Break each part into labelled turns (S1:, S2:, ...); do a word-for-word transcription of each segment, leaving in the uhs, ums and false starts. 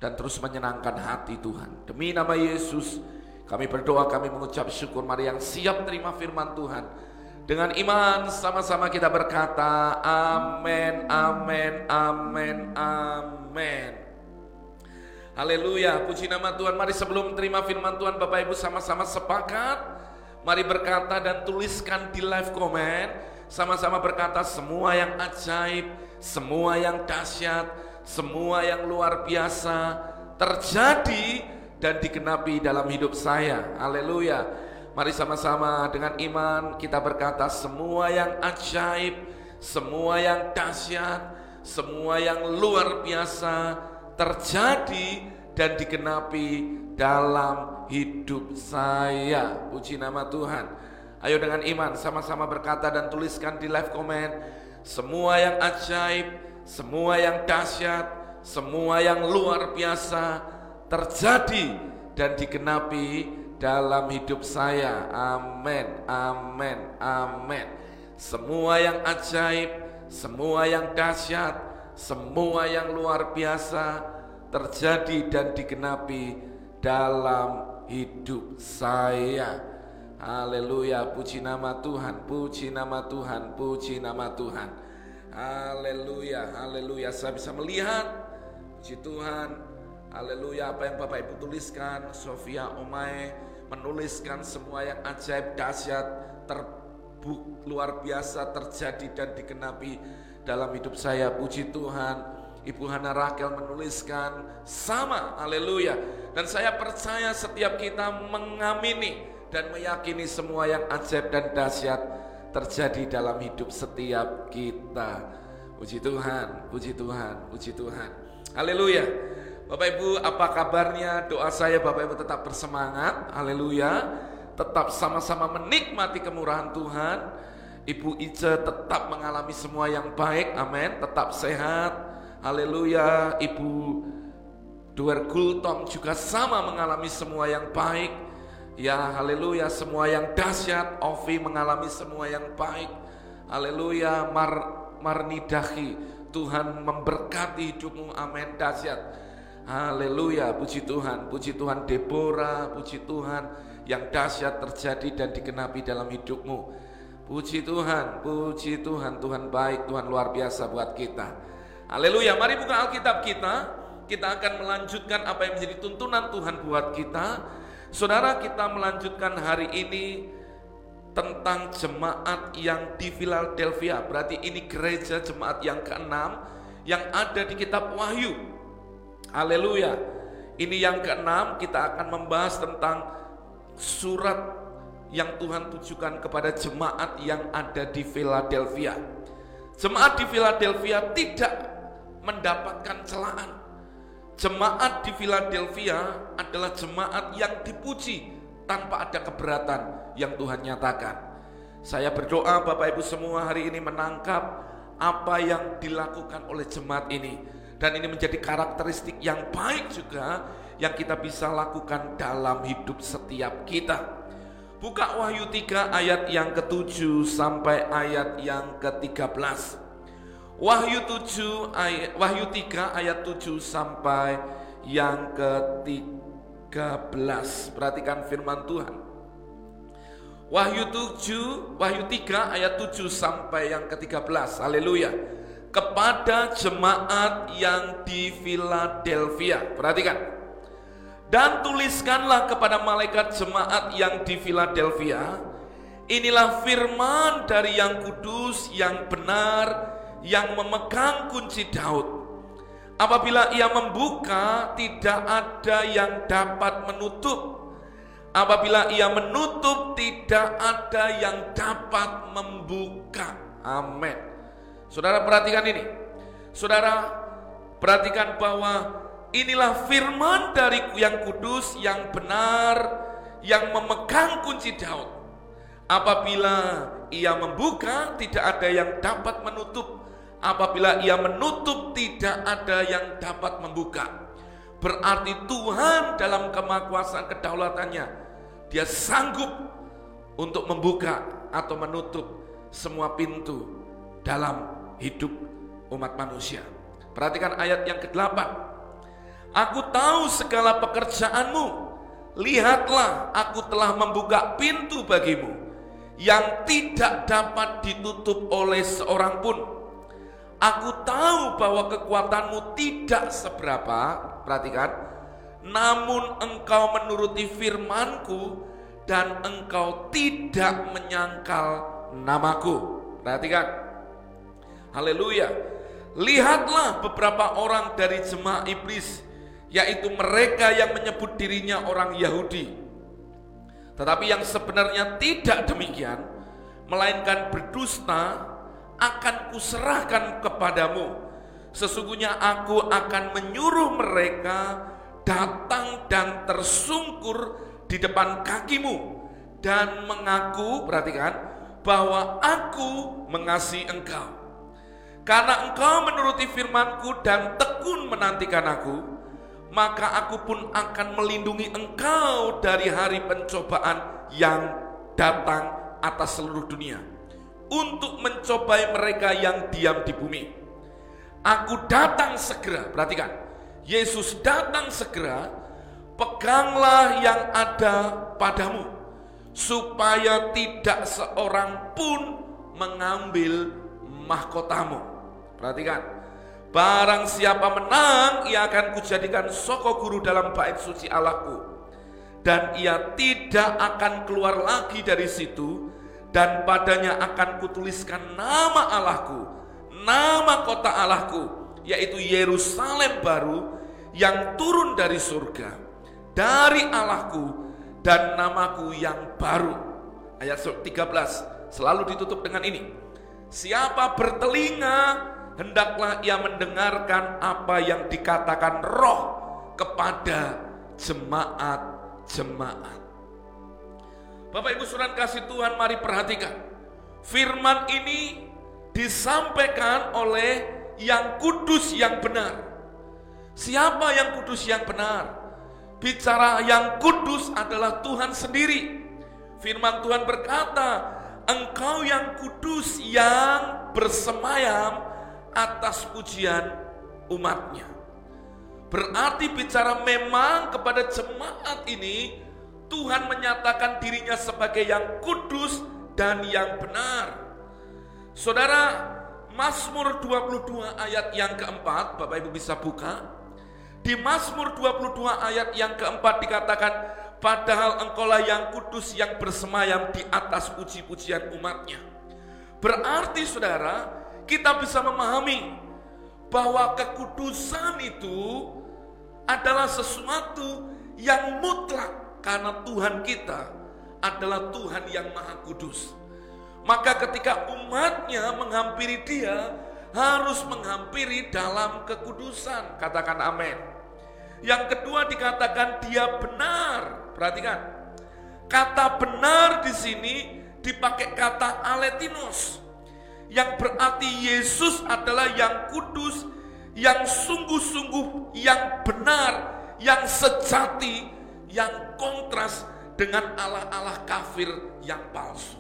S1: dan terus menyenangkan hati Tuhan. Demi nama Yesus kami berdoa, kami mengucap syukur. Mari yang siap terima firman Tuhan, dengan iman sama-sama kita berkata amin, amin, amin, amin. Haleluya, puji nama Tuhan. Mari sebelum terima firman Tuhan, Bapak Ibu sama-sama sepakat, mari berkata dan tuliskan di live comment, sama-sama berkata semua yang ajaib, semua yang dahsyat, semua yang luar biasa terjadi dan digenapi dalam hidup saya. Haleluya. Mari sama-sama dengan iman kita berkata semua yang ajaib, semua yang dahsyat, semua yang luar biasa terjadi dan digenapi dalam hidup saya. Puji nama Tuhan. Ayo dengan iman sama-sama berkata dan tuliskan di live comment semua yang ajaib, semua yang dahsyat, semua yang luar biasa terjadi dan digenapi dalam hidup saya. Amin, amin, amin. Semua yang ajaib, semua yang dahsyat, semua yang luar biasa terjadi dan digenapi dalam hidup saya. Haleluya, puji nama Tuhan, puji nama Tuhan, puji nama Tuhan. Haleluya, haleluya. Saya bisa melihat, puji Tuhan. Haleluya, apa yang Bapak Ibu tuliskan. Sofia Omae menuliskan semua yang ajaib, dahsyat, terbuk, luar biasa terjadi dan digenapi dalam hidup saya. Puji Tuhan. Ibu Hana Rakel menuliskan sama. Haleluya. Dan saya percaya setiap kita mengamini dan meyakini semua yang ajaib dan dahsyat terjadi dalam hidup setiap kita. Puji Tuhan, puji Tuhan, puji Tuhan. Haleluya. Bapak Ibu, apa kabarnya? Doa saya Bapak Ibu tetap bersemangat. Haleluya. Tetap sama-sama menikmati kemurahan Tuhan. Ibu Ice tetap mengalami semua yang baik, amin, tetap sehat, haleluya. Ibu Duer Gultom juga sama mengalami semua yang baik, ya haleluya. Semua yang dahsyat, Ovi mengalami semua yang baik, haleluya. Mar Marnidahi, Tuhan memberkati hidupmu, amin, dahsyat, haleluya. Puji Tuhan, puji Tuhan. Deborah, puji Tuhan, yang dahsyat terjadi dan digenapi dalam hidupmu. Puji Tuhan, puji Tuhan, Tuhan baik, Tuhan luar biasa buat kita. Haleluya, mari buka Alkitab kita. Kita akan melanjutkan apa yang menjadi tuntunan Tuhan buat kita. Saudara, kita melanjutkan hari ini tentang jemaat yang di Philadelphia. Berarti ini gereja jemaat yang keenam yang ada di kitab Wahyu. Haleluya. Ini yang keenam, kita akan membahas tentang surat yang Tuhan tujukan kepada jemaat yang ada di Philadelphia. Jemaat di Philadelphia tidak mendapatkan celaan. Jemaat di Philadelphia adalah jemaat yang dipuji tanpa ada keberatan yang Tuhan nyatakan. Saya berdoa Bapak Ibu semua hari ini menangkap apa yang dilakukan oleh jemaat ini. Dan ini menjadi karakteristik yang baik juga yang kita bisa lakukan dalam hidup setiap kita. Buka Wahyu tiga ayat yang ketujuh sampai ayat yang ketiga belas. Wahyu tujuh ayat, Wahyu tiga ayat tujuh sampai yang ketiga belas. Perhatikan firman Tuhan. Wahyu tujuh, Wahyu tiga ayat tujuh sampai yang ketiga belas. Haleluya. Kepada jemaat yang di Philadelphia. Perhatikan. Dan tuliskanlah kepada malaikat jemaat yang di Philadelphia, inilah firman dari yang kudus, yang benar, yang memegang kunci Daud. Apabila ia membuka, tidak ada yang dapat menutup. Apabila ia menutup, tidak ada yang dapat membuka. Amin. Saudara perhatikan ini. Saudara perhatikan bahwa inilah firman dari yang kudus, yang benar, yang memegang kunci Daud. Apabila ia membuka, tidak ada yang dapat menutup. Apabila ia menutup, tidak ada yang dapat membuka. Berarti Tuhan dalam kemahakuasaan kedaulatannya, Dia sanggup untuk membuka atau menutup semua pintu dalam hidup umat manusia. Perhatikan ayat yang kedelapan. Aku tahu segala pekerjaanmu. Lihatlah, aku telah membuka pintu bagimu yang tidak dapat ditutup oleh seorang pun. Aku tahu bahwa kekuatanmu tidak seberapa, perhatikan, namun engkau menuruti firmanku dan engkau tidak menyangkal namaku. Perhatikan. Haleluya. Lihatlah beberapa orang dari jemaah iblis, yaitu mereka yang menyebut dirinya orang Yahudi, tetapi yang sebenarnya tidak demikian, melainkan berdusta, akan kuserahkan kepadamu. Sesungguhnya aku akan menyuruh mereka datang dan tersungkur di depan kakimu dan mengaku, perhatikan, bahwa aku mengasihi engkau. Karena engkau menuruti firmanku dan tekun menantikan aku, maka aku pun akan melindungi engkau dari hari pencobaan yang datang atas seluruh dunia, untuk mencobai mereka yang diam di bumi. Aku datang segera, perhatikan, Yesus datang segera. Peganglah yang ada padamu, supaya tidak seorang pun mengambil mahkotamu. Perhatikan, barang siapa menang, ia akan kujadikan soko guru dalam bait suci Allahku, dan ia tidak akan keluar lagi dari situ, dan padanya akan kutuliskan nama Allahku, nama kota Allahku, yaitu Yerusalem baru yang turun dari surga, dari Allahku, dan namaku yang baru. Ayat tiga belas selalu ditutup dengan ini: siapa bertelinga, hendaklah ia mendengarkan apa yang dikatakan Roh kepada jemaat-jemaat. Bapak Ibu saudara kasih Tuhan, mari perhatikan. Firman ini disampaikan oleh yang kudus yang benar. Siapa yang kudus yang benar? Bicara yang kudus adalah Tuhan sendiri. Firman Tuhan berkata, engkau yang kudus yang bersemayam atas pujian umatnya. Berarti bicara memang kepada jemaat ini, Tuhan menyatakan dirinya sebagai yang kudus dan yang benar. Saudara, Mazmur dua puluh dua ayat yang keempat, Bapak Ibu bisa buka. Di Mazmur dua puluh dua ayat yang keempat dikatakan, padahal engkaulah yang kudus yang bersemayam di atas puji-pujian umatnya. Berarti saudara, kita bisa memahami bahwa kekudusan itu adalah sesuatu yang mutlak, karena Tuhan kita adalah Tuhan yang maha kudus. Maka ketika umatnya menghampiri dia, harus menghampiri dalam kekudusan. Katakan amin. Yang kedua dikatakan dia benar. Perhatikan, kata benar di sini dipakai kata aletinos, yang berarti Yesus adalah yang kudus, yang sungguh-sungguh, yang benar, yang sejati, yang kontras dengan Allah-Allah kafir yang palsu.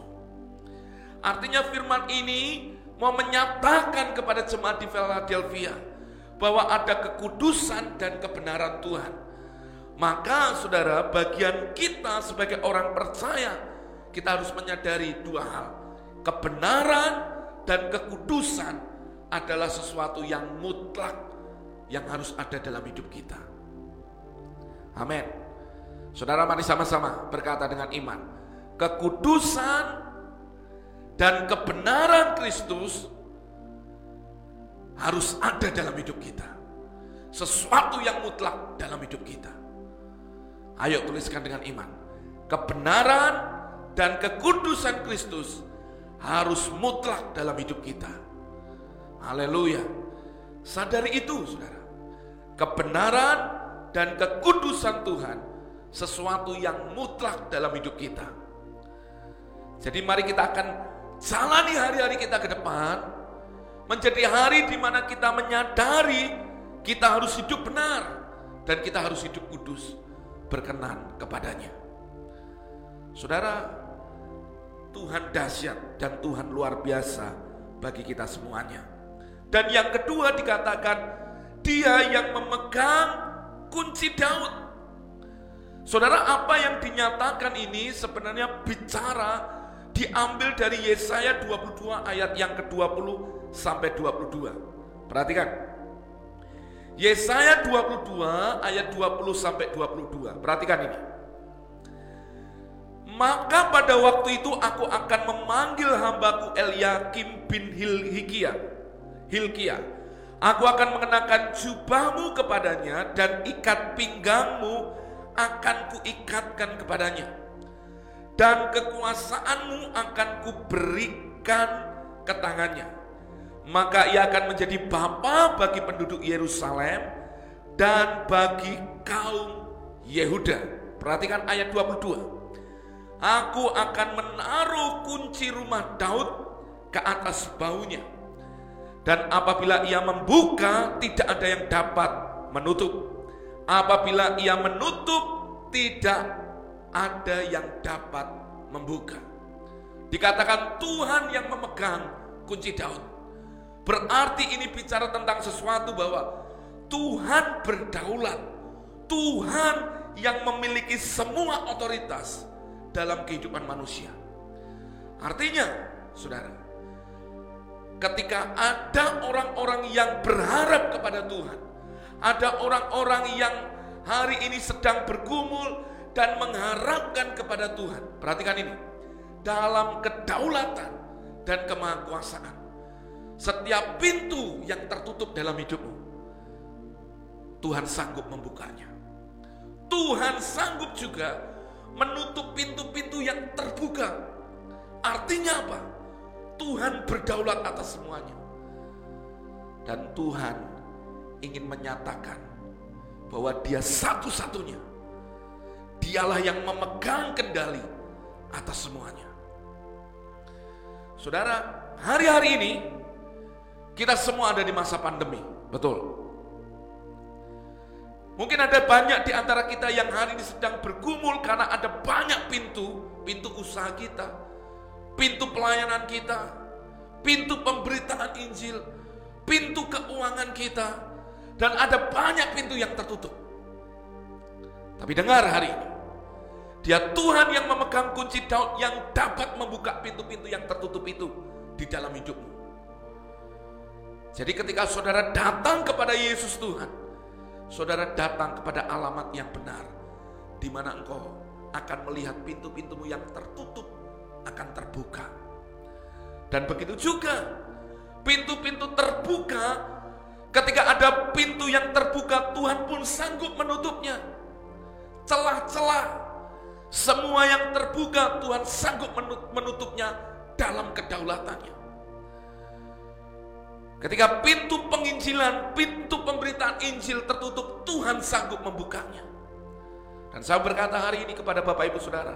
S1: Artinya firman ini mau menyatakan kepada jemaat di Philadelphia bahwa ada kekudusan dan kebenaran Tuhan. Maka saudara, bagian kita sebagai orang percaya, kita harus menyadari dua hal. Kebenaran dan kekudusan adalah sesuatu yang mutlak, yang harus ada dalam hidup kita. Amin. Saudara, mari sama-sama berkata dengan iman, kekudusan dan kebenaran Kristus harus ada dalam hidup kita. Sesuatu yang mutlak dalam hidup kita. Ayo tuliskan dengan iman. Kebenaran dan kekudusan Kristus harus mutlak dalam hidup kita. Haleluya. Sadari itu saudara. Kebenaran dan kekudusan Tuhan sesuatu yang mutlak dalam hidup kita. Jadi mari kita akan jalani hari-hari kita ke depan menjadi hari di mana kita menyadari kita harus hidup benar dan kita harus hidup kudus, berkenan kepadanya. Saudara, Tuhan dahsyat dan Tuhan luar biasa bagi kita semuanya. Dan yang kedua dikatakan, dia yang memegang kunci Daud. Saudara, apa yang dinyatakan ini sebenarnya bicara diambil dari Yesaya dua puluh dua ayat yang ke dua puluh sampai dua puluh dua. Perhatikan. Yesaya dua puluh dua ayat dua puluh sampai dua puluh dua. Perhatikan ini. Maka pada waktu itu aku akan memanggil hambaku Eliakim bin Hilkiah. Hilkiah. Aku akan mengenakan jubahmu kepadanya dan ikat pinggangmu akan kuikatkan kepadanya, dan kekuasaanmu akan kuberikan ke tangannya. Maka ia akan menjadi bapa bagi penduduk Yerusalem dan bagi kaum Yehuda. Perhatikan ayat dua puluh dua. Aku akan menaruh kunci rumah Daud ke atas bahunya, dan apabila ia membuka tidak ada yang dapat menutup. Apabila ia menutup, tidak ada yang dapat membuka. Dikatakan Tuhan yang memegang kunci Daud. Berarti ini bicara tentang sesuatu bahwa Tuhan berdaulat. Tuhan yang memiliki semua otoritas dalam kehidupan manusia. Artinya, saudara, ketika ada orang-orang yang berharap kepada Tuhan, ada orang-orang yang hari ini sedang bergumul dan mengharapkan kepada Tuhan. Perhatikan ini. Dalam kedaulatan dan kemahakuasaan, setiap pintu yang tertutup dalam hidupmu, Tuhan sanggup membukanya. Tuhan sanggup juga menutup pintu-pintu yang terbuka. Artinya apa? Tuhan berdaulat atas semuanya. Dan Tuhan ingin menyatakan bahwa dia satu-satunya. Dialah yang memegang kendali atas semuanya. Saudara, hari-hari ini kita semua ada di masa pandemi, betul. Mungkin ada banyak di antara kita yang hari ini sedang bergumul karena ada banyak pintu, pintu usaha kita, pintu pelayanan kita, pintu pemberitaan Injil, pintu keuangan kita. Dan ada banyak pintu yang tertutup. Tapi dengar hari ini, dia Tuhan yang memegang kunci Daud yang dapat membuka pintu-pintu yang tertutup itu di dalam hidupmu. Jadi ketika saudara datang kepada Yesus Tuhan, saudara datang kepada alamat yang benar, di mana engkau akan melihat pintu-pintumu yang tertutup akan terbuka. Dan begitu juga pintu-pintu terbuka. Ketika ada pintu yang terbuka, Tuhan pun sanggup menutupnya. Celah-celah, semua yang terbuka, Tuhan sanggup menutupnya dalam kedaulatannya. Ketika pintu penginjilan, pintu pemberitaan Injil tertutup, Tuhan sanggup membukanya. Dan saya berkata hari ini kepada Bapak Ibu Saudara,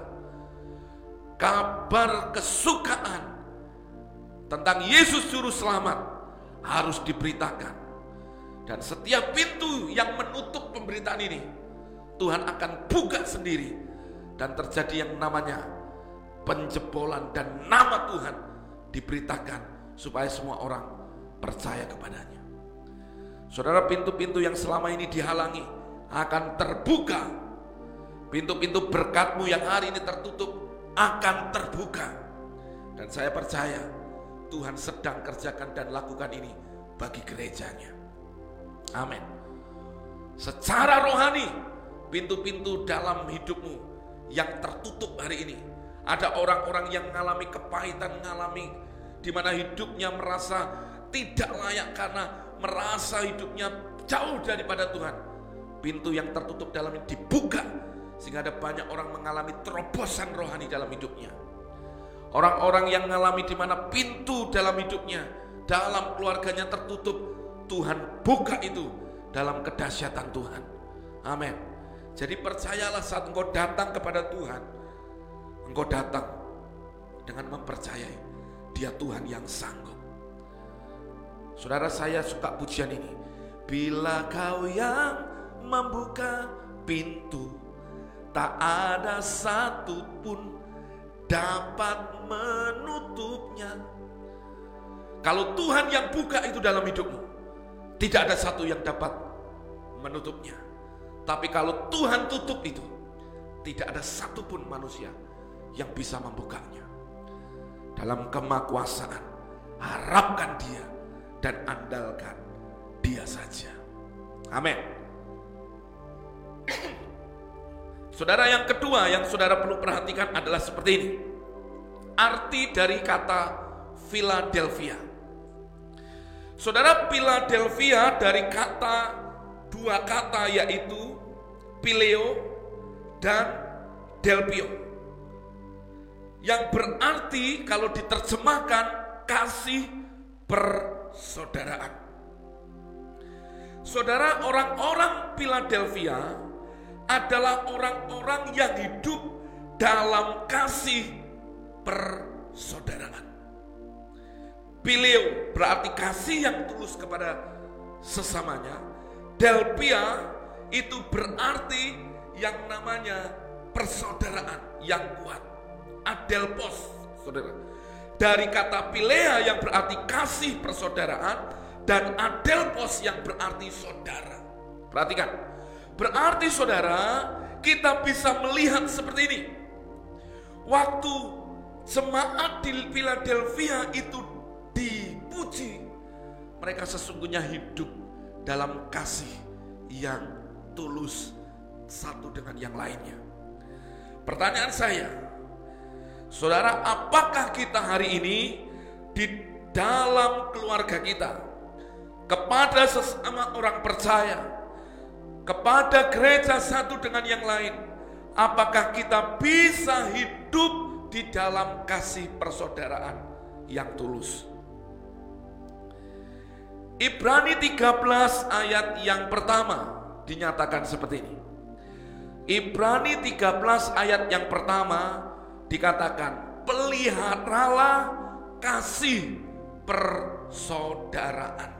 S1: kabar kesukaan tentang Yesus Juru Selamat harus diberitakan. Dan setiap pintu yang menutup pemberitaan ini, Tuhan akan buka sendiri. Dan terjadi yang namanya penjebolan dan nama Tuhan diberitakan supaya semua orang percaya kepadanya. Saudara, pintu-pintu yang selama ini dihalangi akan terbuka. Pintu-pintu berkat-Mu yang hari ini tertutup akan terbuka. Dan saya percaya Tuhan sedang kerjakan dan lakukan ini bagi gerejanya. Amin. Secara rohani, pintu-pintu dalam hidupmu yang tertutup hari ini, ada orang-orang yang mengalami kepahitan, mengalami di mana hidupnya merasa tidak layak karena merasa hidupnya jauh daripada Tuhan. Pintu yang tertutup dalam ini dibuka sehingga ada banyak orang mengalami terobosan rohani dalam hidupnya. Orang-orang yang mengalami di mana pintu dalam hidupnya, dalam keluarganya tertutup, Tuhan buka itu dalam kedahsyatan Tuhan. Amin. Jadi percayalah saat engkau datang kepada Tuhan, engkau datang dengan mempercayai Dia Tuhan yang sanggup. Saudara, saya suka pujian ini. Bila Kau yang membuka pintu, tak ada satu pun dapat menutupnya. Kalau Tuhan yang buka itu dalam hidupmu, tidak ada satu yang dapat menutupnya. Tapi kalau Tuhan tutup itu, tidak ada satupun manusia yang bisa membukanya. Dalam kemakuasaan, harapkan Dia dan andalkan Dia saja. Amin. Saudara, yang kedua yang saudara perlu perhatikan adalah seperti ini. Arti dari kata Philadelphia. Saudara, Philadelphia dari kata, dua kata yaitu Phileo dan Delphio, yang berarti kalau diterjemahkan kasih persaudaraan. Saudara, orang-orang Philadelphia adalah orang-orang yang hidup dalam kasih persaudaraan. Phileo berarti kasih yang tulus kepada sesamanya. Delphia itu berarti yang namanya persaudaraan yang kuat. Adelphos, saudara. Dari kata Philea yang berarti kasih persaudaraan dan Adelphos yang berarti saudara. Perhatikan. Berarti saudara, kita bisa melihat seperti ini. Waktu jemaat di Philadelphia itu dipuji, mereka sesungguhnya hidup dalam kasih yang tulus satu dengan yang lainnya. Pertanyaan saya, saudara, apakah kita hari ini di dalam keluarga kita, kepada sesama orang percaya, kepada gereja satu dengan yang lain, apakah kita bisa hidup di dalam kasih persaudaraan yang tulus? Ibrani tiga belas ayat yang pertama dinyatakan seperti ini. Ibrani tiga belas ayat yang pertama dikatakan, peliharalah kasih persaudaraan.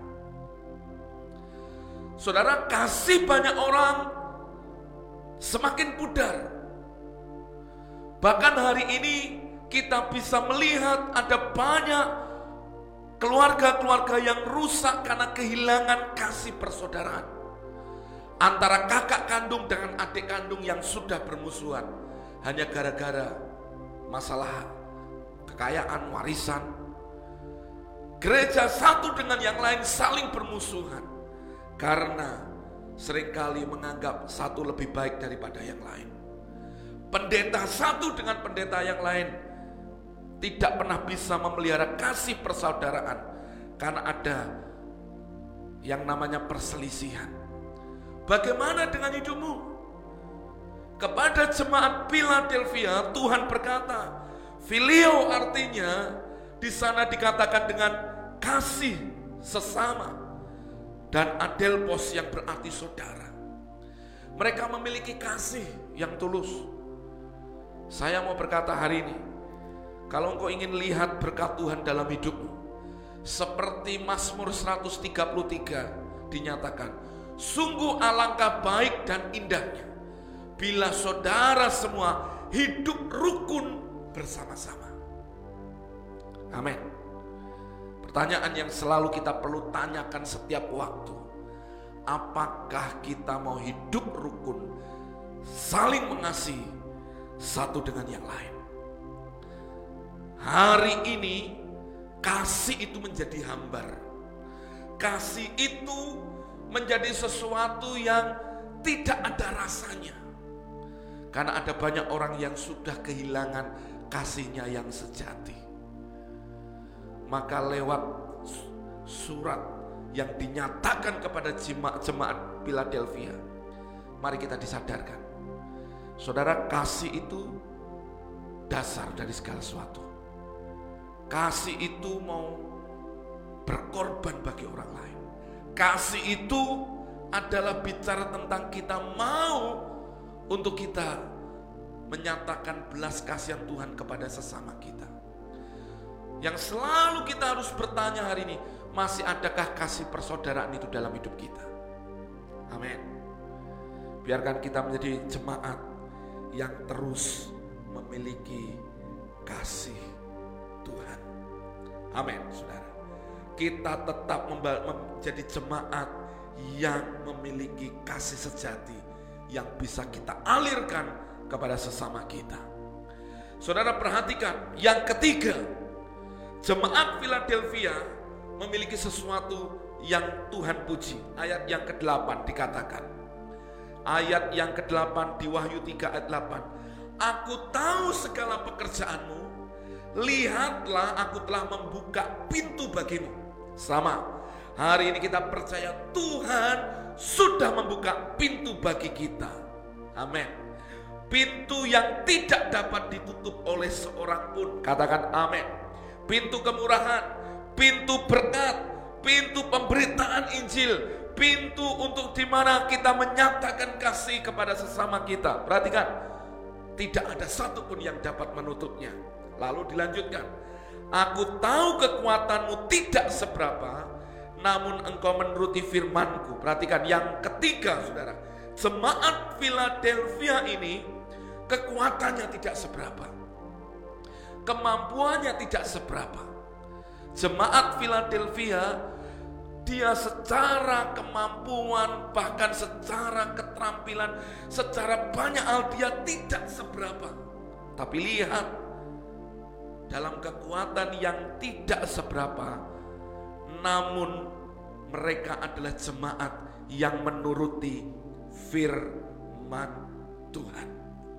S1: Saudara, kasih banyak orang semakin pudar. Bahkan hari ini kita bisa melihat ada banyak keluarga-keluarga yang rusak karena kehilangan kasih persaudaraan. Antara kakak kandung dengan adik kandung yang sudah bermusuhan hanya gara-gara masalah kekayaan, warisan. Gereja satu dengan yang lain saling bermusuhan karena seringkali menganggap satu lebih baik daripada yang lain. Pendeta satu dengan pendeta yang lain tidak pernah bisa memelihara kasih persaudaraan karena ada yang namanya perselisihan. Bagaimana dengan hidupmu? Kepada jemaat Philadelphia, Tuhan berkata, Phileo artinya di sana dikatakan dengan kasih sesama, dan Adelphos yang berarti saudara. Mereka memiliki kasih yang tulus. Saya mau berkata hari ini, kalau engkau ingin lihat berkat Tuhan dalam hidupmu, seperti Mazmur seratus tiga puluh tiga dinyatakan, sungguh alangkah baik dan indahnya bila saudara semua hidup rukun bersama-sama. Amin. Pertanyaan yang selalu kita perlu tanyakan setiap waktu, apakah kita mau hidup rukun, saling mengasihi satu dengan yang lain? Hari ini kasih itu menjadi hambar. Kasih itu menjadi sesuatu yang tidak ada rasanya. Karena ada banyak orang yang sudah kehilangan kasihnya yang sejati. Maka lewat surat yang dinyatakan kepada jemaat Philadelphia, mari kita disadarkan, saudara, kasih itu dasar dari segala sesuatu. Kasih itu mau berkorban bagi orang lain. Kasih itu adalah bicara tentang kita mau untuk kita menyatakan belas kasihan Tuhan kepada sesama kita. Yang selalu kita harus bertanya hari ini, masih adakah kasih persaudaraan itu dalam hidup kita? Amin. Biarkan kita menjadi jemaat yang terus memiliki kasih Tuhan. Amin, saudara. Kita tetap menjadi jemaat yang memiliki kasih sejati yang bisa kita alirkan kepada sesama kita. Saudara perhatikan, yang ketiga, jemaat Philadelphia memiliki sesuatu yang Tuhan puji. Ayat yang kedelapan dikatakan, ayat yang kedelapan di Wahyu tiga ayat delapan, aku tahu segala pekerjaanmu, lihatlah aku telah membuka pintu bagimu. Sama, hari ini kita percaya Tuhan sudah membuka pintu bagi kita. Amin. Pintu yang tidak dapat ditutup oleh seorang pun. Katakan amin. Pintu kemurahan, pintu berkat, pintu pemberitaan Injil, pintu untuk dimana kita menyatakan kasih kepada sesama kita. Perhatikan, tidak ada satupun yang dapat menutupnya. Lalu dilanjutkan, aku tahu kekuatanmu tidak seberapa, namun engkau menuruti firmanku. Perhatikan yang ketiga, saudara, jemaat Philadelphia ini kekuatannya tidak seberapa, kemampuannya tidak seberapa. Jemaat Philadelphia, dia secara kemampuan, bahkan secara keterampilan, secara banyak hal dia tidak seberapa. Tapi lihat, dalam kekuatan yang tidak seberapa, namun mereka adalah jemaat yang menuruti firman Tuhan.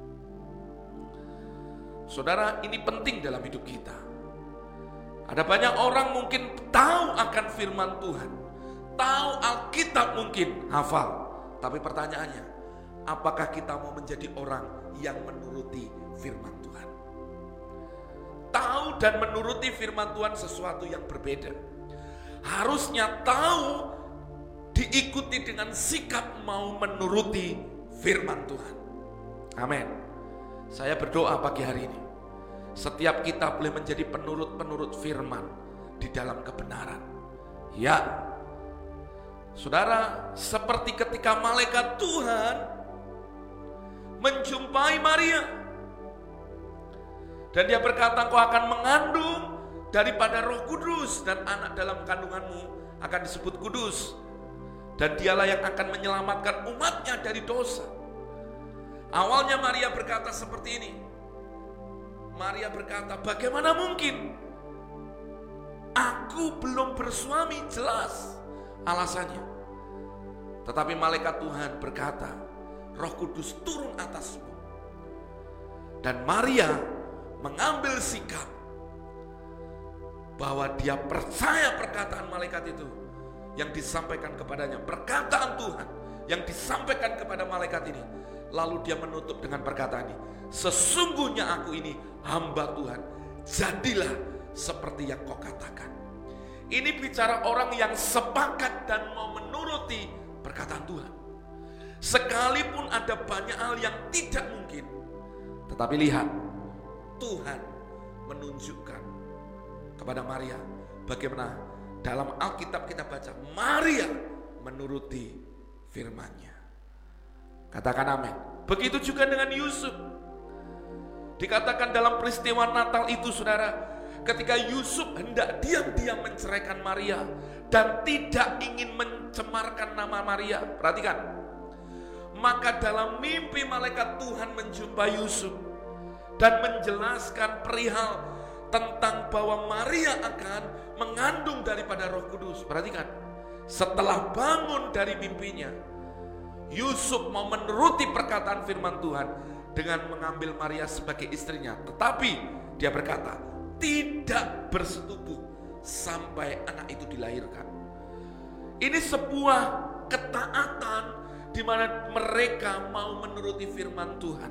S1: Saudara, ini penting dalam hidup kita. Ada banyak orang mungkin tahu akan firman Tuhan, tahu Alkitab mungkin, hafal. Tapi pertanyaannya, apakah kita mau menjadi orang yang menuruti firman Tuhan? Tahu dan menuruti firman Tuhan sesuatu yang berbeda. Harusnya tahu diikuti dengan sikap mau menuruti firman Tuhan. Amin. Saya berdoa pagi hari ini, setiap kita boleh menjadi penurut-penurut firman di dalam kebenaran. Ya, saudara, seperti ketika malaikat Tuhan menjumpai Maria, dan dia berkata, kau akan mengandung daripada Roh Kudus, dan anak dalam kandunganmu akan disebut kudus, dan dialah yang akan menyelamatkan umatnya dari dosa. Awalnya Maria berkata seperti ini. Maria berkata, bagaimana mungkin? Aku belum bersuami, jelas alasannya. Tetapi malaikat Tuhan berkata, Roh Kudus turun atasmu. Dan Maria mengambil sikap bahwa dia percaya perkataan malaikat itu yang disampaikan kepadanya, perkataan Tuhan yang disampaikan kepada malaikat ini. Lalu dia menutup dengan perkataan ini, sesungguhnya aku ini hamba Tuhan, jadilah seperti yang kau katakan. Ini bicara orang yang sepakat dan mau menuruti perkataan Tuhan. Sekalipun ada banyak hal yang tidak mungkin, tetapi lihat, Tuhan menunjukkan kepada Maria bagaimana dalam Alkitab kita baca Maria menuruti firman-Nya. Katakan amin. Begitu juga dengan Yusuf. Dikatakan dalam peristiwa Natal itu, saudara, ketika Yusuf hendak diam-diam menceraikan Maria dan tidak ingin mencemarkan nama Maria, perhatikan, maka dalam mimpi malaikat Tuhan menjumpai Yusuf dan menjelaskan perihal tentang bahwa Maria akan mengandung daripada Roh Kudus. Perhatikan, setelah bangun dari mimpinya, Yusuf mau menuruti perkataan firman Tuhan dengan mengambil Maria sebagai istrinya. Tetapi dia berkata, tidak bersetubuh sampai anak itu dilahirkan. Ini sebuah ketaatan di mana mereka mau menuruti firman Tuhan.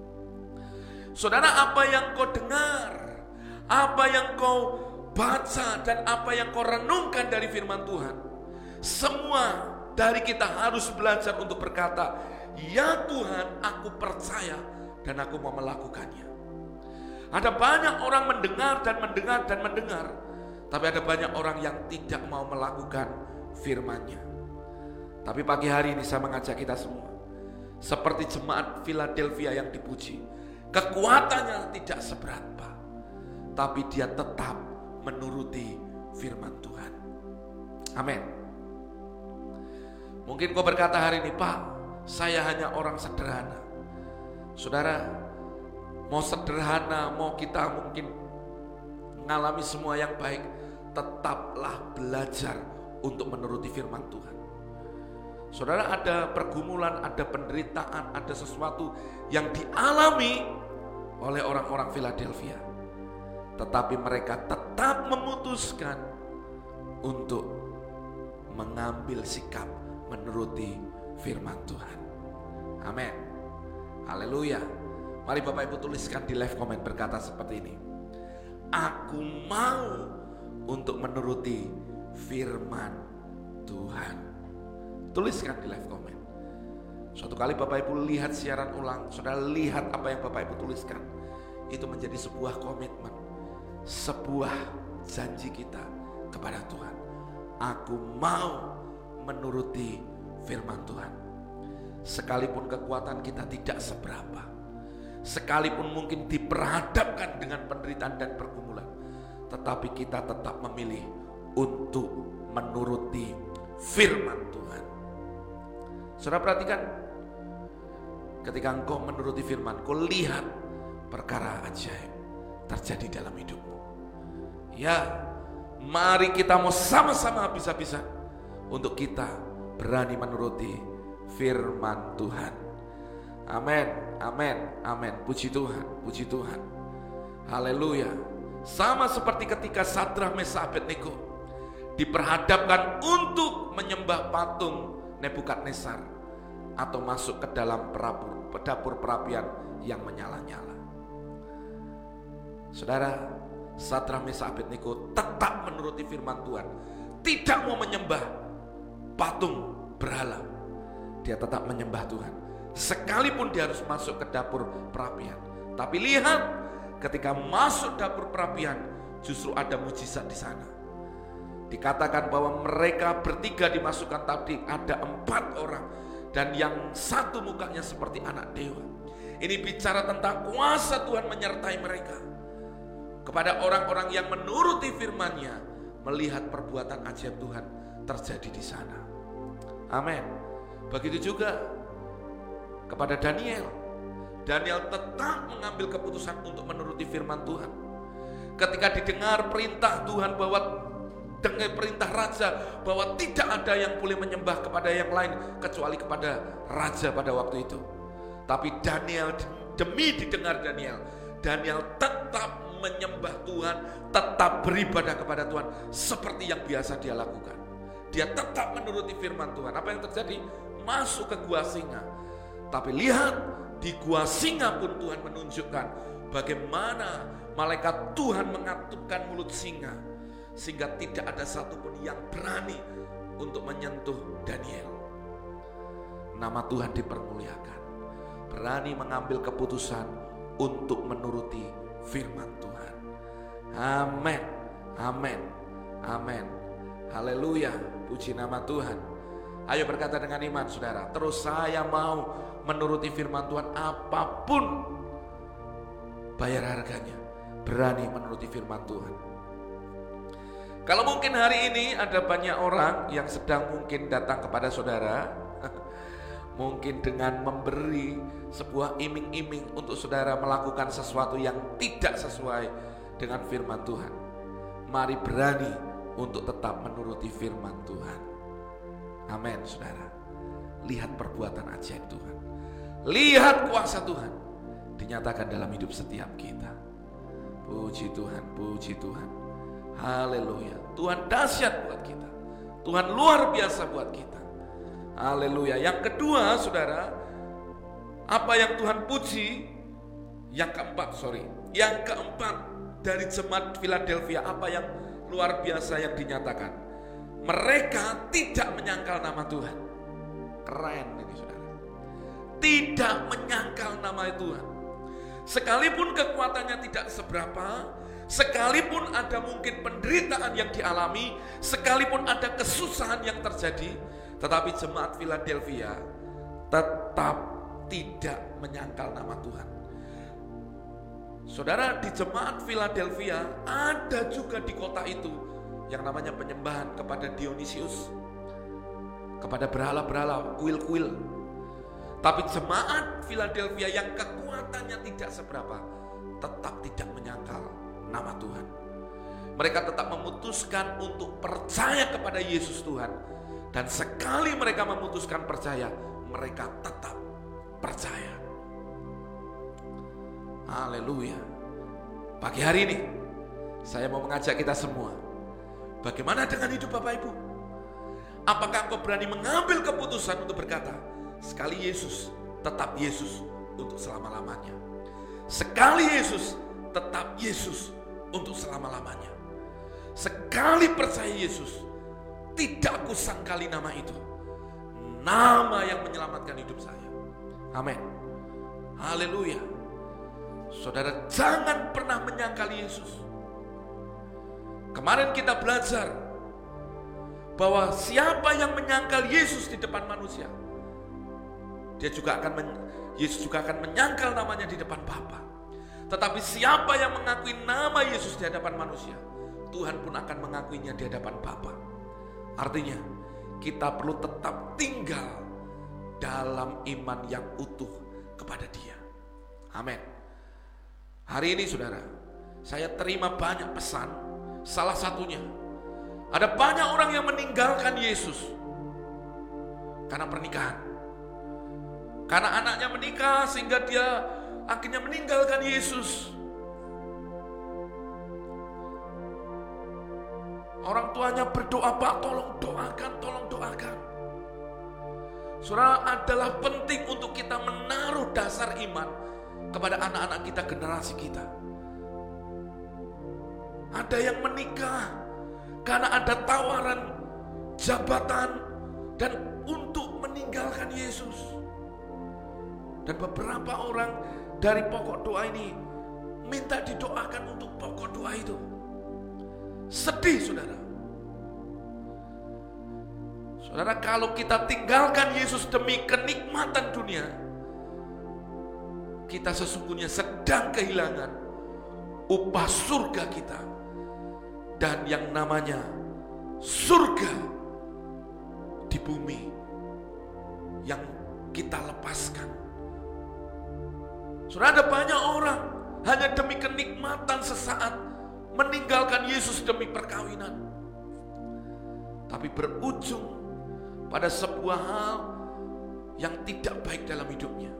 S1: Saudara, apa yang kau dengar, apa yang kau baca, dan apa yang kau renungkan dari firman Tuhan, semua dari kita harus belajar untuk berkata, ya Tuhan, aku percaya dan aku mau melakukannya. Ada banyak orang mendengar dan mendengar dan mendengar, tapi ada banyak orang yang tidak mau melakukan firman-Nya. Tapi pagi hari ini saya mengajak kita semua, seperti jemaat Philadelphia yang dipuji, kekuatannya tidak seberapa, tapi dia tetap menuruti firman Tuhan. Amin. Mungkin kau berkata hari ini, Pak, saya hanya orang sederhana. Saudara, mau sederhana, mau kita mungkin mengalami semua yang baik, tetaplah belajar untuk menuruti firman Tuhan. Saudara, ada pergumulan, ada penderitaan, ada sesuatu yang dialami oleh orang-orang Philadelphia, tetapi mereka tetap memutuskan untuk mengambil sikap menuruti firman Tuhan. Amin. Haleluya. Mari Bapak Ibu tuliskan di live comment berkata seperti ini: aku mau untuk menuruti firman Tuhan. Tuliskan di live comment. Suatu kali Bapak Ibu lihat siaran ulang, saudara lihat apa yang Bapak Ibu tuliskan, itu menjadi sebuah komitmen, sebuah janji kita kepada Tuhan. Aku mau menuruti firman Tuhan. Sekalipun kekuatan kita tidak seberapa, sekalipun mungkin diperhadapkan dengan penderitaan dan pergumulan, tetapi kita tetap memilih untuk menuruti firman Tuhan. Saudara perhatikan, ketika engkau menuruti firman, kau lihat perkara ajaib terjadi dalam hidupmu. Ya, mari kita mau sama-sama habis-habisan untuk kita berani menuruti firman Tuhan. Amin, amin, amin. Puji Tuhan, puji Tuhan. Haleluya. Sama seperti ketika Sadrak, Mesak, Abednego diperhadapkan untuk menyembah patung Nebukadnezar atau masuk ke dalam perabur, dapur perapian yang menyala-nyala. Saudara, Sadrak, Mesak, Abednego tetap menuruti firman Tuhan, tidak mau menyembah patung berhala. Dia tetap menyembah Tuhan, sekalipun dia harus masuk ke dapur perapian. Tapi lihat, ketika masuk dapur perapian, justru ada mujizat di sana. Dikatakan bahwa mereka bertiga dimasukkan, tadi ada empat orang, dan yang satu mukanya seperti anak dewa. Ini bicara tentang kuasa Tuhan menyertai mereka. Kepada orang-orang yang menuruti firman-Nya, melihat perbuatan ajaib Tuhan terjadi di sana. Amin. Begitu juga kepada Daniel. Daniel tetap mengambil keputusan untuk menuruti firman Tuhan. Ketika didengar perintah Tuhan bahwa dengan perintah raja bahwa tidak ada yang boleh menyembah kepada yang lain kecuali kepada raja pada waktu itu. Tapi Daniel, demi didengar Daniel, Daniel tetap menyembah Tuhan, tetap beribadah kepada Tuhan seperti yang biasa dia lakukan. Dia tetap menuruti firman Tuhan. Apa yang terjadi? Masuk ke gua singa. Tapi lihat, di gua singa pun Tuhan menunjukkan bagaimana malaikat Tuhan mengatupkan mulut singa, sehingga tidak ada satupun yang berani untuk menyentuh Daniel. Nama Tuhan dipermuliakan. Berani mengambil keputusan untuk menuruti firman Tuhan. Amin, amin, amin. Haleluya, puji nama Tuhan. Ayo berkata dengan iman saudara, terus saya mau menuruti firman Tuhan apapun bayar harganya. Berani menuruti firman Tuhan. Kalau mungkin hari ini ada banyak orang yang sedang mungkin datang kepada saudara, mungkin dengan memberi sebuah iming-iming untuk saudara melakukan sesuatu yang tidak sesuai dengan firman Tuhan. Mari berani untuk tetap menuruti firman Tuhan. Amin saudara. Lihat perbuatan ajaib Tuhan, lihat kuasa Tuhan dinyatakan dalam hidup setiap kita. Puji Tuhan, puji Tuhan. Haleluya. Tuhan dahsyat buat kita. Tuhan luar biasa buat kita. Haleluya. Yang kedua saudara, apa yang Tuhan puji? Yang keempat, sorry. Yang keempat dari jemaat Philadelphia, apa yang luar biasa yang dinyatakan? Mereka tidak menyangkal nama Tuhan. Keren ini saudara. Tidak menyangkal nama Tuhan. Sekalipun kekuatannya tidak seberapa, sekalipun ada mungkin penderitaan yang dialami, sekalipun ada kesusahan yang terjadi, tetapi jemaat Philadelphia tetap tidak menyangkal nama Tuhan. Saudara, di jemaat Philadelphia ada juga di kota itu yang namanya penyembahan kepada Dionysius, kepada berhala-berhala, kuil-kuil. Tapi jemaat Philadelphia yang kekuatannya tidak seberapa, tetap tidak menyangkal nama Tuhan. Mereka tetap memutuskan untuk percaya kepada Yesus Tuhan. Dan sekali mereka memutuskan percaya, mereka tetap percaya. Haleluya. Pagi hari ini saya mau mengajak kita semua, bagaimana dengan hidup Bapak Ibu? Apakah engkau berani mengambil keputusan untuk berkata, sekali Yesus, tetap Yesus untuk selama-lamanya. Sekali Yesus, tetap Yesus untuk selama-lamanya. Sekali percaya Yesus, tidak aku sangkali nama itu, nama yang menyelamatkan hidup saya. Amin. Haleluya. Saudara, jangan pernah menyangkali Yesus. Kemarin kita belajar bahwa siapa yang menyangkal Yesus di depan manusia, dia juga akan men- Yesus juga akan menyangkal namanya di depan Bapa. Tetapi siapa yang mengakui nama Yesus di hadapan manusia, Tuhan pun akan mengakuinya di hadapan Bapa. Artinya, kita perlu tetap tinggal dalam iman yang utuh kepada Dia. Amin. Hari ini saudara, saya terima banyak pesan. Salah satunya, ada banyak orang yang meninggalkan Yesus karena pernikahan. Karena anaknya menikah sehingga dia akhirnya meninggalkan Yesus. Orang tuanya berdoa, Pak tolong doakan, tolong doakan. Saudara, adalah penting untuk kita menaruh dasar iman kepada anak-anak kita, generasi kita. Ada yang menikah karena ada tawaran jabatan dan untuk meninggalkan Yesus. Dan beberapa orang dari pokok doa ini minta didoakan untuk pokok doa itu. Sedih saudara. Saudara, kalau kita tinggalkan Yesus demi kenikmatan dunia, kita sesungguhnya sedang kehilangan upah surga kita. Dan yang namanya surga di bumi yang kita lepaskan. Saudara, ada banyak orang hanya demi kenikmatan sesaat meninggalkan Yesus demi perkawinan, tapi berujung pada sebuah hal yang tidak baik dalam hidupnya.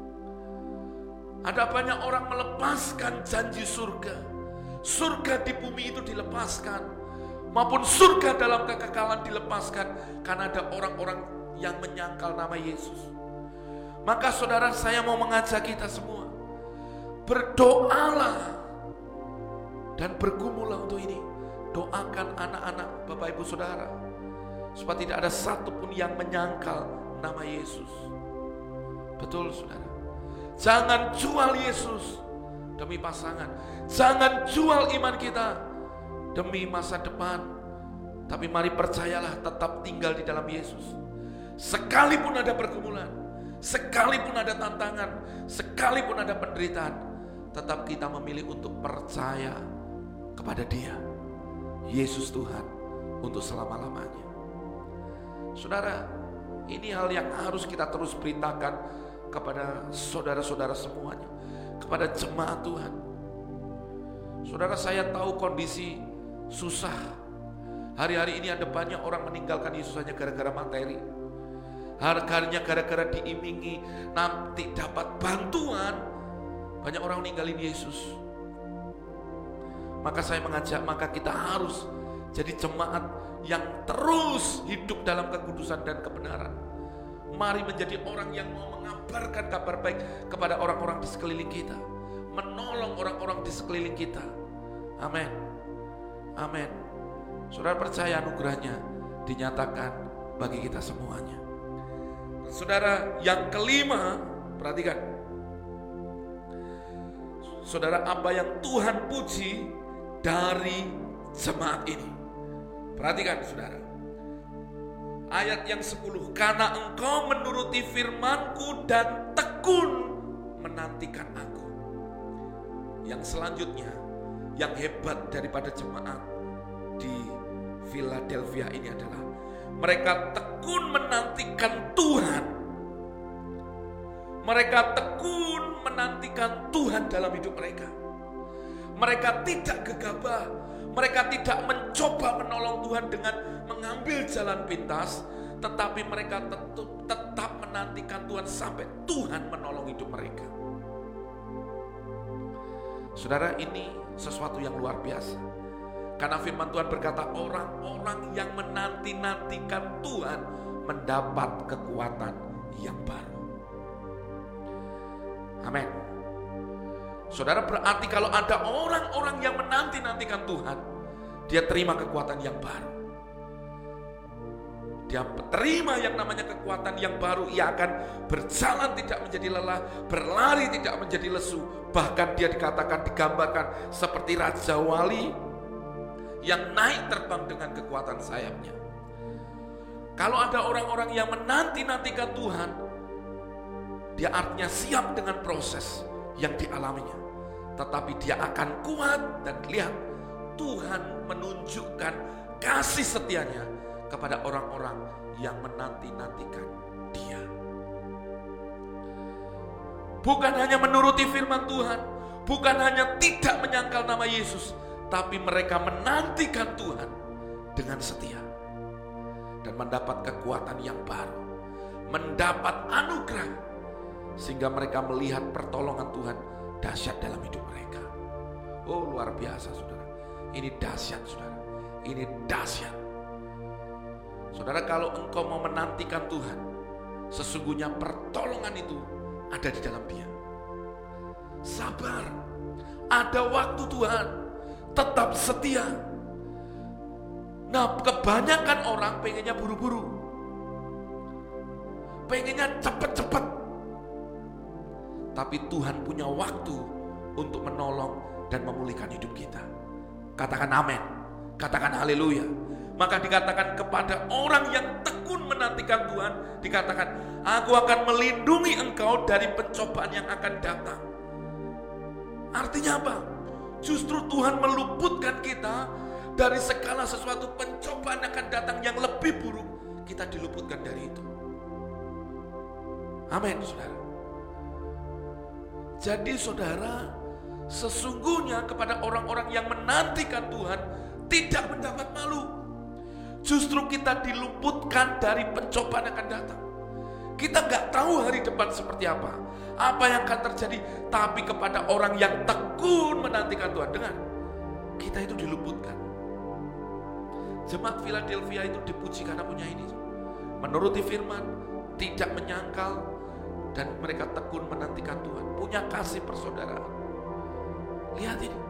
S1: Ada banyak orang melepaskan janji surga. Surga di bumi itu dilepaskan, maupun surga dalam kekekalan dilepaskan, karena ada orang-orang yang menyangkal nama Yesus. Maka saudara, saya mau mengajak kita semua, berdoalah dan bergumullah untuk ini. Doakan anak-anak Bapak Ibu Saudara, supaya tidak ada satupun yang menyangkal nama Yesus. Betul saudara. Jangan jual Yesus demi pasangan. Jangan jual iman kita demi masa depan. Tapi mari percayalah, tetap tinggal di dalam Yesus. Sekalipun ada pergumulan, sekalipun ada tantangan, sekalipun ada penderitaan, tetap kita memilih untuk percaya kepada Dia, Yesus Tuhan, untuk selama-lamanya. Saudara, ini hal yang harus kita terus beritakan kepada saudara-saudara semuanya, kepada jemaat Tuhan. Saudara, saya tahu kondisi susah. Hari-hari ini ada banyak orang meninggalkan Yesus hanya gara-gara materi. Harganya gara-gara diimingi nanti dapat bantuan, banyak orang meninggalin Yesus. Maka saya mengajak, maka kita harus jadi jemaat yang terus hidup dalam kekudusan dan kebenaran. Mari menjadi orang yang mau mengabarkan kabar baik kepada orang-orang di sekeliling kita, menolong orang-orang di sekeliling kita. Amin. Amin. Saudara, percaya anugerahnya dinyatakan bagi kita semuanya. Saudara, yang kelima, perhatikan. Saudara, apa yang Tuhan puji dari jemaat ini. Perhatikan saudara. Ayat yang sepuluh, karena engkau menuruti firman-Ku dan tekun menantikan Aku. Yang selanjutnya, yang hebat daripada jemaat di Philadelphia ini adalah mereka tekun menantikan Tuhan Mereka tekun menantikan Tuhan dalam hidup mereka. Mereka tidak gegabah. Mereka tidak mencoba menolong Tuhan dengan mengambil jalan pintas. Tetapi mereka tetap, tetap menantikan Tuhan sampai Tuhan menolong hidup mereka. Saudara, ini sesuatu yang luar biasa. Karena firman Tuhan berkata, orang-orang yang menanti-nantikan Tuhan mendapat kekuatan yang baru. Amin. Saudara, berarti kalau ada orang-orang yang menanti-nantikan Tuhan, dia terima kekuatan yang baru. Dia terima yang namanya kekuatan yang baru. Ia akan berjalan tidak menjadi lelah, berlari tidak menjadi lesu. Bahkan dia dikatakan, digambarkan seperti Raja Wali yang naik terbang dengan kekuatan sayapnya. Kalau ada orang-orang yang menanti-nantikan Tuhan, dia artinya siap dengan proses yang dialaminya. Tetapi dia akan kuat dan lihat Tuhan menunjukkan kasih setianya kepada orang-orang yang menanti-nantikan dia. Bukan hanya menuruti firman Tuhan, bukan hanya tidak menyangkal nama Yesus, tapi mereka menantikan Tuhan dengan setia dan mendapat kekuatan yang baru, mendapat anugerah, sehingga mereka melihat pertolongan Tuhan dahsyat dalam hidup mereka. Oh, luar biasa saudara. Ini dahsyat saudara. Ini dahsyat. Saudara, kalau engkau mau menantikan Tuhan, sesungguhnya pertolongan itu ada di dalam Dia. Sabar. Ada waktu Tuhan. Tetap setia. Nah, kebanyakan orang pengennya buru-buru. Pengennya cepat-cepat. Tapi Tuhan punya waktu untuk menolong dan memulihkan hidup kita. Katakan amin. Katakan haleluya. Maka dikatakan kepada orang yang tekun menantikan Tuhan, dikatakan, aku akan melindungi engkau dari pencobaan yang akan datang. Artinya apa? Justru Tuhan meluputkan kita dari segala sesuatu pencobaan yang akan datang yang lebih buruk. Kita diluputkan dari itu. Amin, saudara. Jadi saudara, sesungguhnya kepada orang-orang yang menantikan Tuhan tidak mendapat malu. Justru kita diluputkan dari pencobaan yang akan datang. Kita gak tahu hari depan seperti apa, apa yang akan terjadi. Tapi kepada orang yang tekun menantikan Tuhan, dengar, kita itu diluputkan. Jemaat Philadelphia itu dipuji karena punya ini. Menuruti firman, tidak menyangkal, dan mereka tekun menantikan Tuhan. Punya kasih persaudaraan. Lihat ini.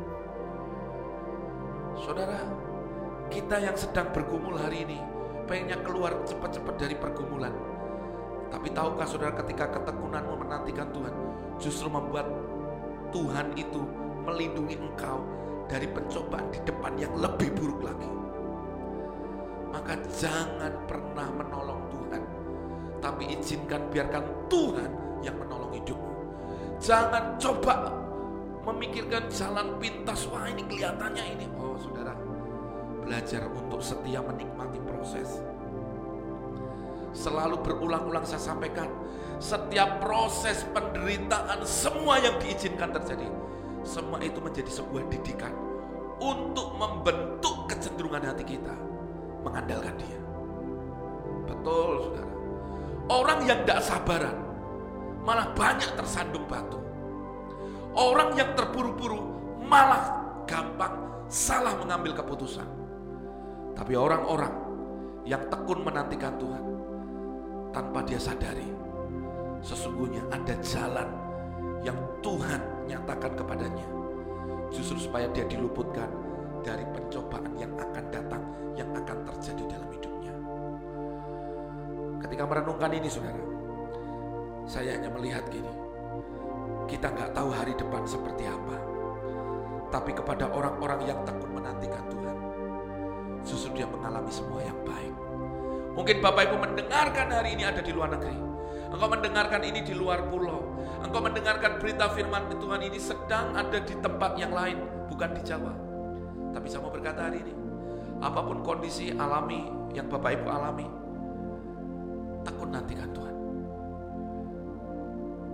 S1: Saudara, kita yang sedang bergumul hari ini, pengennya keluar cepat-cepat dari pergumulan. Tapi tahukah saudara, ketika ketekunanmu menantikan Tuhan, justru membuat Tuhan itu melindungi engkau dari pencobaan di depan yang lebih buruk lagi. Maka jangan pernah menolong Tuhan, tapi izinkan, biarkan Tuhan yang menolong hidupmu. Jangan coba memikirkan jalan pintas, wah ini kelihatannya ini. Oh saudara, belajar untuk setia menikmati proses. Selalu berulang-ulang saya sampaikan, setiap proses penderitaan, semua yang diizinkan terjadi, semua itu menjadi sebuah didikan untuk membentuk kecenderungan hati kita mengandalkan Dia. Betul saudara. Orang yang tidak sabaran malah banyak tersandung batu. Orang yang terburu-buru malah gampang salah mengambil keputusan. Tapi orang-orang yang tekun menantikan Tuhan, tanpa dia sadari, sesungguhnya ada jalan yang Tuhan nyatakan kepadanya, justru supaya dia diluputkan dari pencobaan yang akan datang, yang akan terjadi dalam hidupnya. Ketika merenungkan ini saudara, saya hanya melihat gini, kita gak tahu hari depan seperti apa, tapi kepada orang-orang yang tekun menantikan Tuhan, justru dia mengalami semua yang baik. Mungkin Bapak Ibu mendengarkan hari ini ada di luar negeri. Engkau mendengarkan ini di luar pulau. Engkau mendengarkan berita firman Tuhan ini sedang ada di tempat yang lain, bukan di Jawa. Tapi saya mau berkata hari ini, apapun kondisi alami yang Bapak Ibu alami, tekun nantikan Tuhan. Dan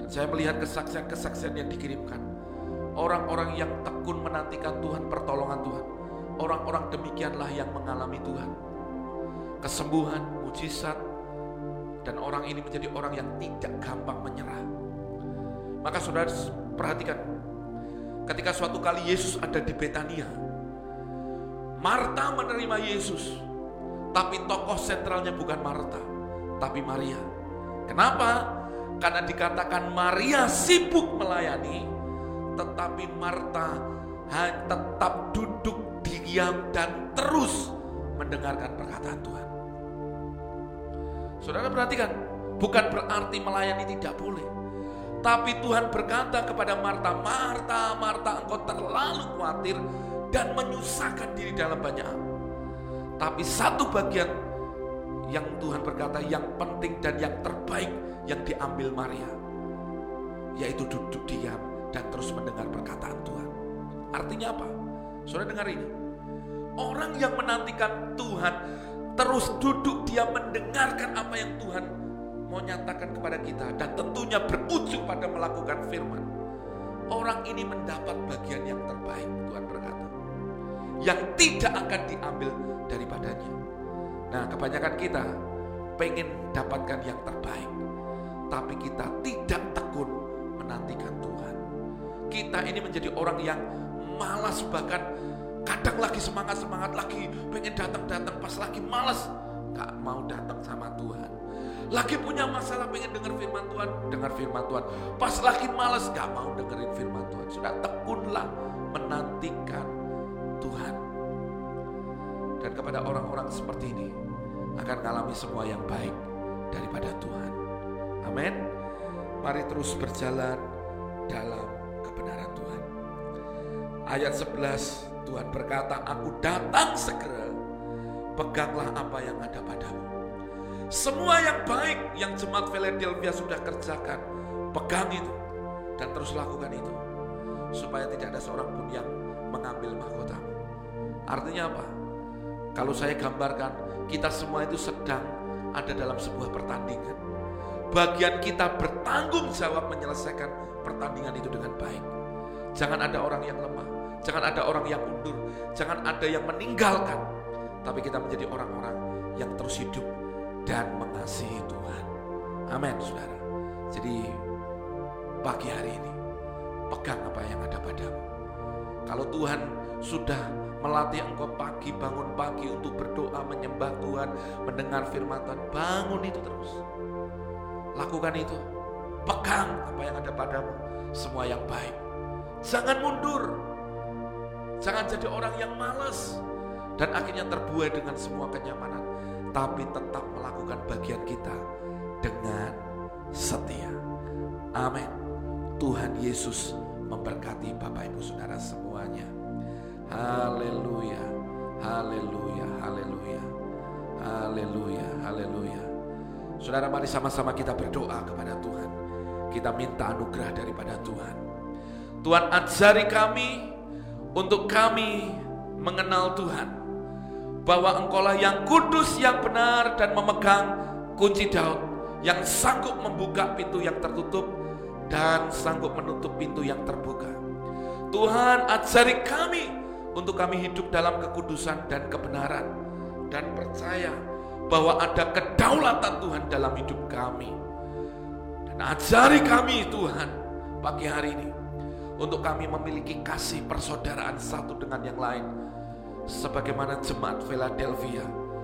S1: Dan saya melihat kesaksian-kesaksian yang dikirimkan, orang-orang yang tekun menantikan Tuhan, pertolongan Tuhan. Orang-orang demikianlah yang mengalami Tuhan, kesembuhan, mujizat. Dan orang ini menjadi orang yang tidak gampang menyerah. Maka saudara perhatikan, ketika suatu kali Yesus ada di Betania, Marta menerima Yesus, tapi tokoh sentralnya bukan Marta, tapi Maria. Kenapa? Karena dikatakan Maria sibuk melayani, tetapi Marta tetap duduk diam dan terus mendengarkan perkataan Tuhan. Saudara perhatikan, bukan berarti melayani tidak boleh. Tapi Tuhan berkata kepada Marta, Marta, Marta, engkau terlalu khawatir dan menyusahkan diri dalam banyak hal. Tapi satu bagian yang Tuhan berkata yang penting dan yang terbaik yang diambil Maria, yaitu duduk diam dan terus mendengar perkataan Tuhan. Artinya apa? Saudara dengar ini. Orang yang menantikan Tuhan terus duduk dia mendengarkan apa yang Tuhan mau nyatakan kepada kita, dan tentunya berujung pada melakukan firman. Orang ini mendapat bagian yang terbaik, Tuhan berkata, yang tidak akan diambil daripadanya. Nah, kebanyakan kita pengen dapatkan yang terbaik, tapi kita tidak tekun menantikan Tuhan. Kita ini menjadi orang yang malas, bahkan kadang lagi semangat-semangat lagi, pengen datang-datang, pas lagi malas, gak mau datang sama Tuhan. Lagi punya masalah, pengen dengar firman Tuhan, dengar firman Tuhan. Pas lagi malas, gak mau dengerin firman Tuhan. Sudah tekunlah menantikan Tuhan. Dan kepada orang-orang seperti ini akan mengalami semua yang baik daripada Tuhan. Amin. Mari terus berjalan dalam kebenaran Tuhan. Ayat sebelas, Tuhan berkata, aku datang segera, peganglah apa yang ada padamu. Semua yang baik yang jemaat Philadelphia sudah kerjakan, pegang itu dan terus lakukan itu, supaya tidak ada seorang pun yang mengambil mahkotamu. Artinya apa? Kalau saya gambarkan, kita semua itu sedang ada dalam sebuah pertandingan. Bagian kita bertanggung jawab menyelesaikan pertandingan itu dengan baik. Jangan ada orang yang lemah, jangan ada orang yang mundur, jangan ada yang meninggalkan. Tapi kita menjadi orang-orang yang terus hidup dan mengasihi Tuhan. Amin, saudara. Jadi pagi hari ini, pegang apa yang ada padamu. Kalau Tuhan sudah melatih engkau pagi, bangun pagi untuk berdoa, menyembah Tuhan, mendengar firman Tuhan, bangun itu terus. Lakukan itu. Pegang apa yang ada padamu, semua yang baik. Jangan mundur. Jangan jadi orang yang malas dan akhirnya terbuai dengan semua kenyamanan, tapi tetap melakukan bagian kita dengan setia. Amin. Tuhan Yesus memberkati Bapak Ibu Saudara semuanya. Haleluya, haleluya, haleluya, haleluya, haleluya. Saudara, mari sama-sama kita berdoa kepada Tuhan. Kita minta anugerah daripada Tuhan. Tuhan, ajari kami untuk kami mengenal Tuhan, bahwa Engkaulah yang kudus, yang benar, dan memegang kunci Daud, yang sanggup membuka pintu yang tertutup dan sanggup menutup pintu yang terbuka. Tuhan, ajari kami untuk kami hidup dalam kekudusan dan kebenaran, dan percaya bahwa ada kedaulatan Tuhan dalam hidup kami. Dan ajari kami Tuhan pagi hari ini untuk kami memiliki kasih persaudaraan satu dengan yang lain, sebagaimana jemaat Philadelphia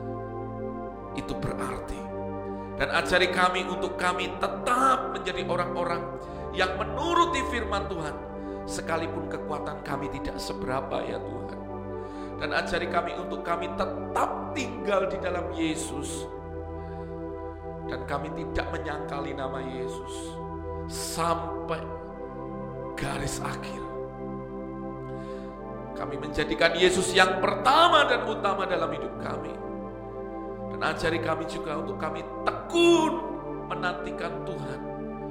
S1: itu berarti. Dan ajari kami untuk kami tetap menjadi orang-orang yang menuruti firman Tuhan, sekalipun kekuatan kami tidak seberapa ya Tuhan. Dan ajari kami untuk kami tetap tinggal di dalam Yesus, dan kami tidak menyangkali nama Yesus sampai garis akhir. Kami menjadikan Yesus yang pertama dan utama dalam hidup kami. Dan ajari kami juga untuk kami tekun menantikan Tuhan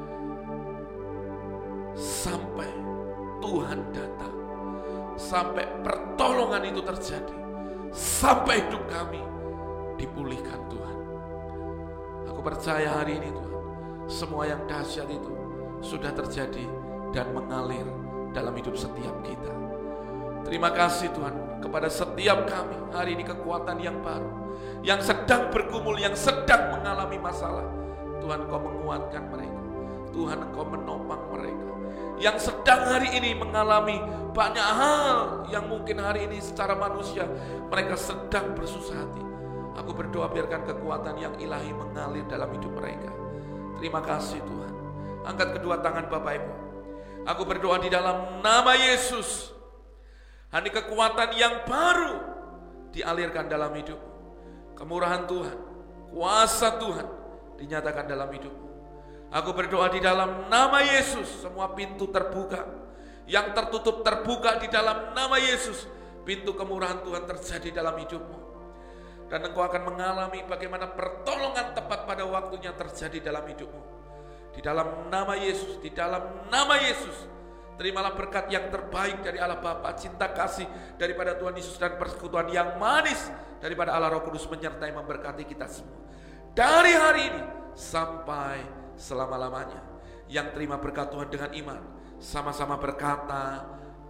S1: sampai Tuhan datang, sampai pertolongan itu terjadi, sampai hidup kami dipulihkan Tuhan. Aku percaya hari ini Tuhan, semua yang dahsyat itu sudah terjadi dan mengalir dalam hidup setiap kita. Terima kasih Tuhan kepada setiap kami hari ini, kekuatan yang baru, yang sedang bergumul, yang sedang mengalami masalah. Tuhan Engkau menguatkan mereka, Tuhan Engkau menopang mereka, yang sedang hari ini mengalami banyak hal yang mungkin hari ini secara manusia mereka sedang bersusah hati. Aku berdoa biarkan kekuatan yang ilahi mengalir dalam hidup mereka. Terima kasih Tuhan. Angkat kedua tangan Bapak Ibu. Aku berdoa di dalam nama Yesus, hari kekuatan yang baru dialirkan dalam hidup. Kemurahan Tuhan, kuasa Tuhan dinyatakan dalam hidup. Aku berdoa di dalam nama Yesus, semua pintu terbuka, yang tertutup terbuka di dalam nama Yesus. Pintu kemurahan Tuhan terjadi dalam hidupmu. Dan engkau akan mengalami bagaimana pertolongan tepat pada waktunya terjadi dalam hidupmu. Di dalam nama Yesus, di dalam nama Yesus, terimalah berkat yang terbaik dari Allah Bapa, cinta kasih daripada Tuhan Yesus, dan persekutuan yang manis daripada Allah Roh Kudus menyertai memberkati kita semua. Dari hari ini sampai selama-lamanya. Yang terima berkat Tuhan dengan iman, sama-sama berkata,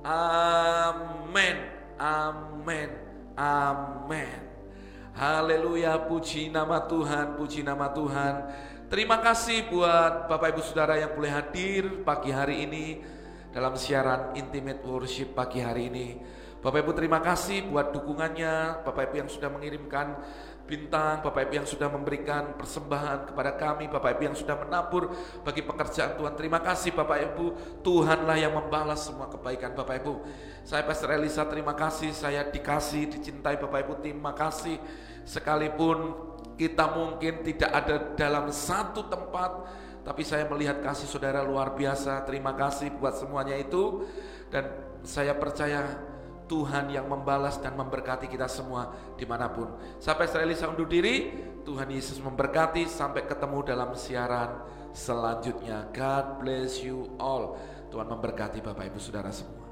S1: amin, amin, amin. Haleluya, puji nama Tuhan, puji nama Tuhan. Terima kasih buat Bapak Ibu Saudara yang boleh hadir pagi hari ini dalam siaran Intimate Worship pagi hari ini. Bapak Ibu terima kasih buat dukungannya, Bapak Ibu yang sudah mengirimkan bintang, Bapak Ibu yang sudah memberikan persembahan kepada kami, Bapak Ibu yang sudah menabur bagi pekerjaan Tuhan. Terima kasih Bapak Ibu, Tuhanlah yang membalas semua kebaikan Bapak Ibu. Saya Pastor Elisa terima kasih, saya dikasih, dicintai Bapak Ibu, terima kasih. Sekalipun kita mungkin tidak ada dalam satu tempat, tapi saya melihat kasih saudara luar biasa. Terima kasih buat semuanya itu. Dan saya percaya Tuhan yang membalas dan memberkati kita semua dimanapun. Sampai Pastor Elisa undur diri. Tuhan Yesus memberkati. Sampai ketemu dalam siaran selanjutnya. God bless you all. Tuhan memberkati Bapak Ibu Saudara semua.